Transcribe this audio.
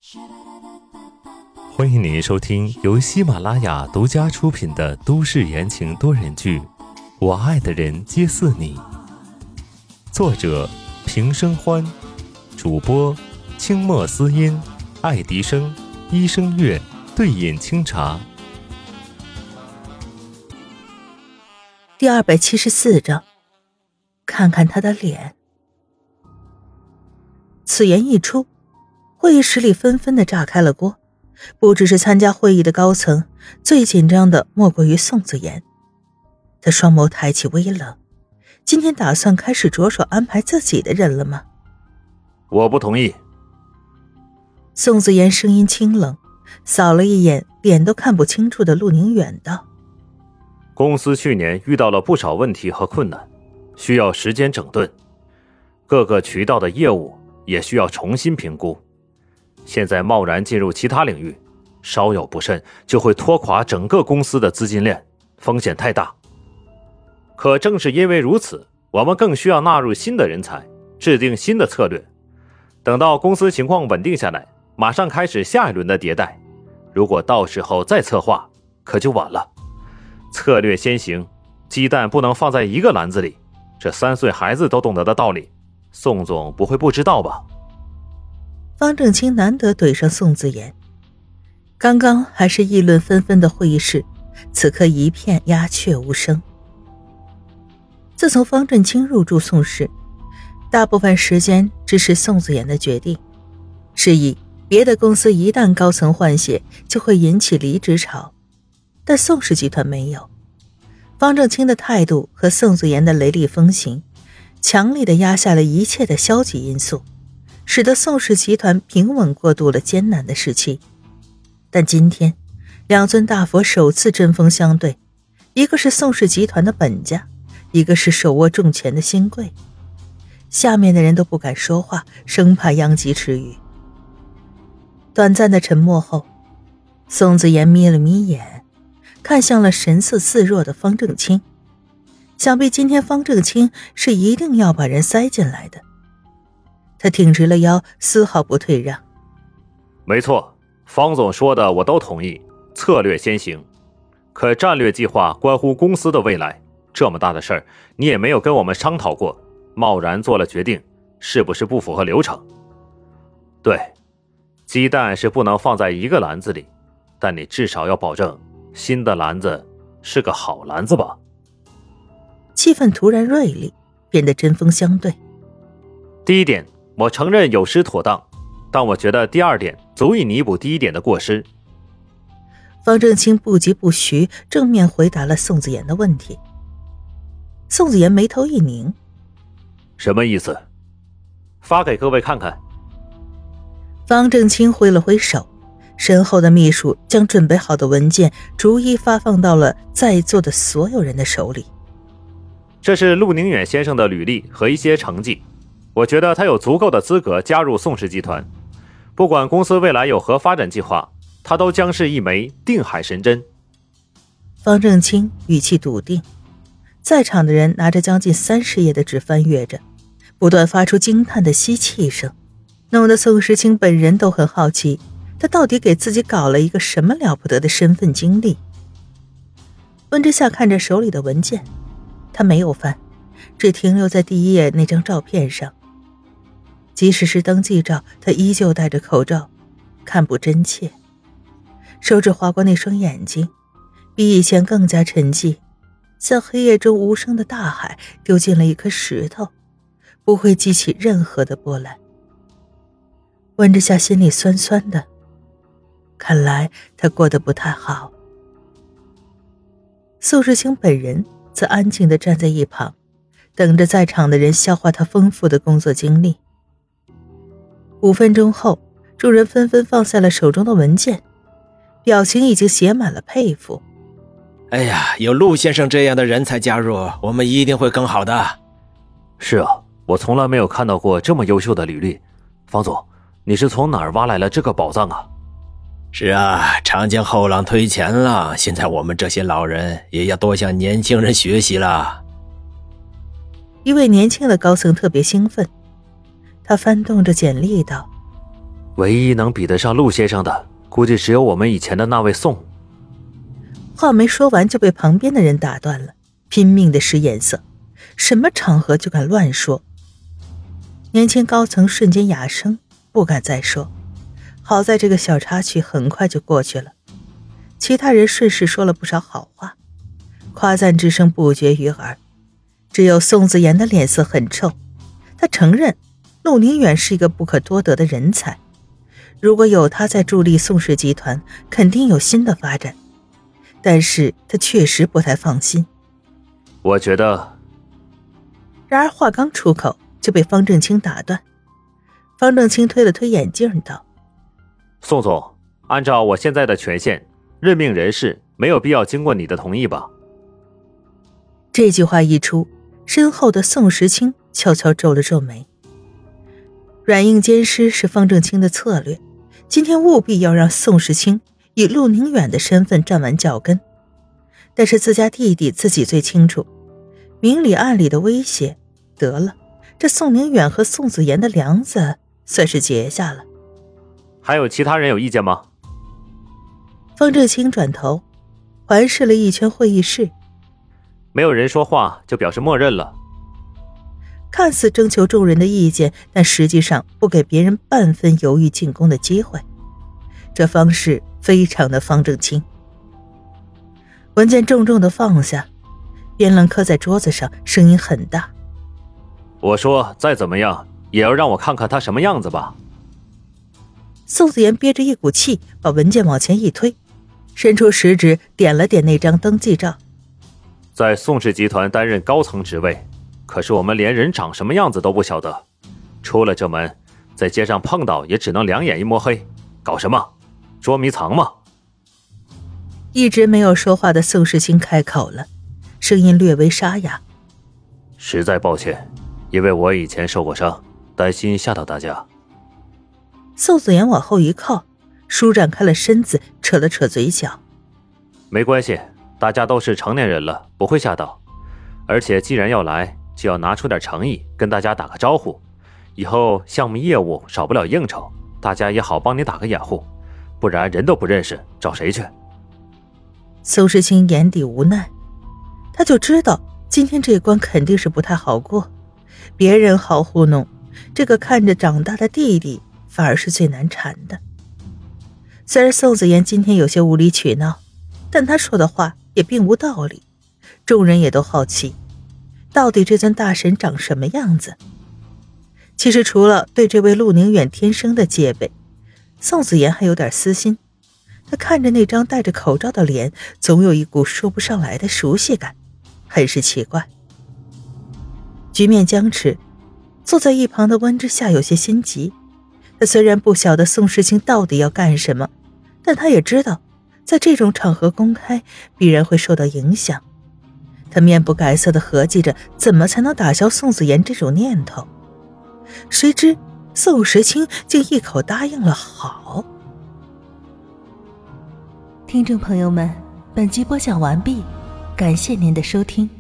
欢迎您收听由喜马拉雅独家出品的都市言情多人剧《我爱的人皆似你》，作者平生欢，主播清墨思音、爱迪生、医生月、对饮清茶。 第274章，看看他的脸。此言一出，会议室里纷纷地炸开了锅。不只是参加会议的高层，最紧张的莫过于宋子妍。他双眸抬起微冷，今天打算开始着手安排自己的人了吗？ 我不同意。 宋子妍声音清冷，扫了一眼脸都看不清楚的陆宁远道： 公司去年遇到了不少问题和困难，需要时间整顿，各个渠道的业务也需要重新评估。现在贸然进入其他领域，稍有不慎就会拖垮整个公司的资金链，风险太大。可正是因为如此，我们更需要纳入新的人才，制定新的策略。等到公司情况稳定下来，马上开始下一轮的迭代。如果到时候再策划，可就晚了。策略先行，鸡蛋不能放在一个篮子里，这3岁孩子都懂得的道理，宋总不会不知道吧？ 方正清难得怼上宋子妍。刚刚还是议论纷纷的会议室，此刻一片鸦雀无声。自从方正清入驻宋氏，大部分时间支持宋子妍的决定，是以别的公司一旦高层换血就会引起离职潮，但宋氏集团没有。方正清的态度和宋子妍的雷厉风行，强力地压下了一切的消极因素，使得宋氏集团平稳过渡了艰难的时期。但今天两尊大佛首次针锋相对，一个是宋氏集团的本家，一个是手握重权的新贵。下面的人都不敢说话，生怕殃及池鱼。短暂的沉默后，宋子妍眯了眯眼，看向了神色自若的方正清。想必今天方正清是一定要把人塞进来的。他挺直了腰，丝毫不退让。 没错，方总说的我都同意，策略先行。可战略计划关乎公司的未来，这么大的事儿，你也没有跟我们商讨过，贸然做了决定，是不是不符合流程？对，鸡蛋是不能放在一个篮子里，但你至少要保证新的篮子是个好篮子吧？ 气氛突然锐利，变得针锋相对。 第一点，我承认有失妥当，但我觉得第2点足以弥补第1点的过失。 方正清不疾不徐，正面回答了宋子妍的问题。宋子妍眉头一拧， 什么意思？发给各位看看。 方正清挥了挥手，身后的秘书将准备好的文件逐一发放到了在座的所有人的手里。 这是陆宁远先生的履历和一些成绩，我觉得他有足够的资格加入宋氏集团，不管公司未来有何发展计划，他都将是一枚定海神针。 方正清语气笃定，在场的人拿着将近30页的纸翻阅着，不断发出惊叹的吸气声，弄得宋时清本人都很好奇，他到底给自己搞了一个什么了不得的身份经历。温之夏看着手里的文件，他没有翻，只停留在第1页那张照片上。即使是登记照，他依旧戴着口罩，看不真切。手指划过那双眼睛，比以前更加沉寂，像黑夜中无声的大海丢进了一颗石头，不会激起任何的波澜。温之夏心里酸酸的，看来他过得不太好。宋时清本人则安静地站在一旁，等着在场的人消化他丰富的工作经历。5分钟后，众人纷纷放下了手中的文件，表情已经写满了佩服。 哎呀，有陆先生这样的人才加入，我们一定会更好的。 是啊，我从来没有看到过这么优秀的履历。方总，你是从哪儿挖来了这个宝藏啊？ 是啊，长江后浪推前浪，现在我们这些老人也要多向年轻人学习了。 一位年轻的高层特别兴奋，他翻动着简历道： 唯一能比得上陆先生的，估计只有我们以前的那位宋。 话没说完就被旁边的人打断了，拼命的使眼色，什么场合就敢乱说。年轻高层瞬间哑声，不敢再说。好在这个小插曲很快就过去了，其他人顺势说了不少好话，夸赞之声不绝于耳。只有宋子妍的脸色很臭，他承认陆宁远是一个不可多得的人才，如果有他在助力宋氏集团，肯定有新的发展，但是他确实不太放心。 我觉得…… 然而话刚出口就被方正清打断。方正清推了推眼镜道： 宋总，按照我现在的权限，任命人事没有必要经过你的同意吧？ 这句话一出，身后的宋时清悄悄皱了皱眉。软硬兼施是方正清的策略，今天务必要让宋时清以陆宁远的身份站稳脚跟。但是自家弟弟自己最清楚，明里暗里的威胁，得了，这宋宁远和宋子妍的梁子算是结下了。 还有其他人有意见吗？ 方正清转头环视了一圈会议室， 没有人说话就表示默认了。 看似征求众人的意见，但实际上不给别人半分犹豫进攻的机会，这方式非常的方正清。文件重重的放下，边棱刻在桌子上，声音很大： 我说再怎么样也要让我看看他什么样子吧。 宋子妍憋着一股气，把文件往前一推，伸出食指点了点那张登记照。 在宋氏集团担任高层职位，可是我们连人长什么样子都不晓得，出了这门，在街上碰到也只能两眼一摸黑，搞什么？捉迷藏吗？ 一直没有说话的宋世清开口了，声音略微沙哑： 实在抱歉，因为我以前受过伤，担心吓到大家。 宋子妍往后一靠，舒展开了身子，扯了扯嘴角： 没关系，大家都是成年人了，不会吓到。而且既然要来，就要拿出点诚意，跟大家打个招呼。以后项目业务少不了应酬，大家也好帮你打个掩护，不然人都不认识，找谁去？ 宋世清眼底无奈，他就知道今天这关肯定是不太好过，别人好糊弄，这个看着长大的弟弟反而是最难缠的。虽然宋子妍今天有些无理取闹，但他说的话也并无道理，众人也都好奇，到底这尊大神长什么样子。其实除了对这位陆宁远天生的戒备，宋子妍还有点私心。他看着那张戴着口罩的脸，总有一股说不上来的熟悉感，很是奇怪。局面僵持，坐在一旁的温之夏有些心急。他虽然不晓得宋世清到底要干什么，但他也知道在这种场合公开必然会受到影响。他面不改色地合计着怎么才能打消宋子妍这种念头，谁知宋时清竟一口答应了好。 听众朋友们，本集播讲完毕，感谢您的收听。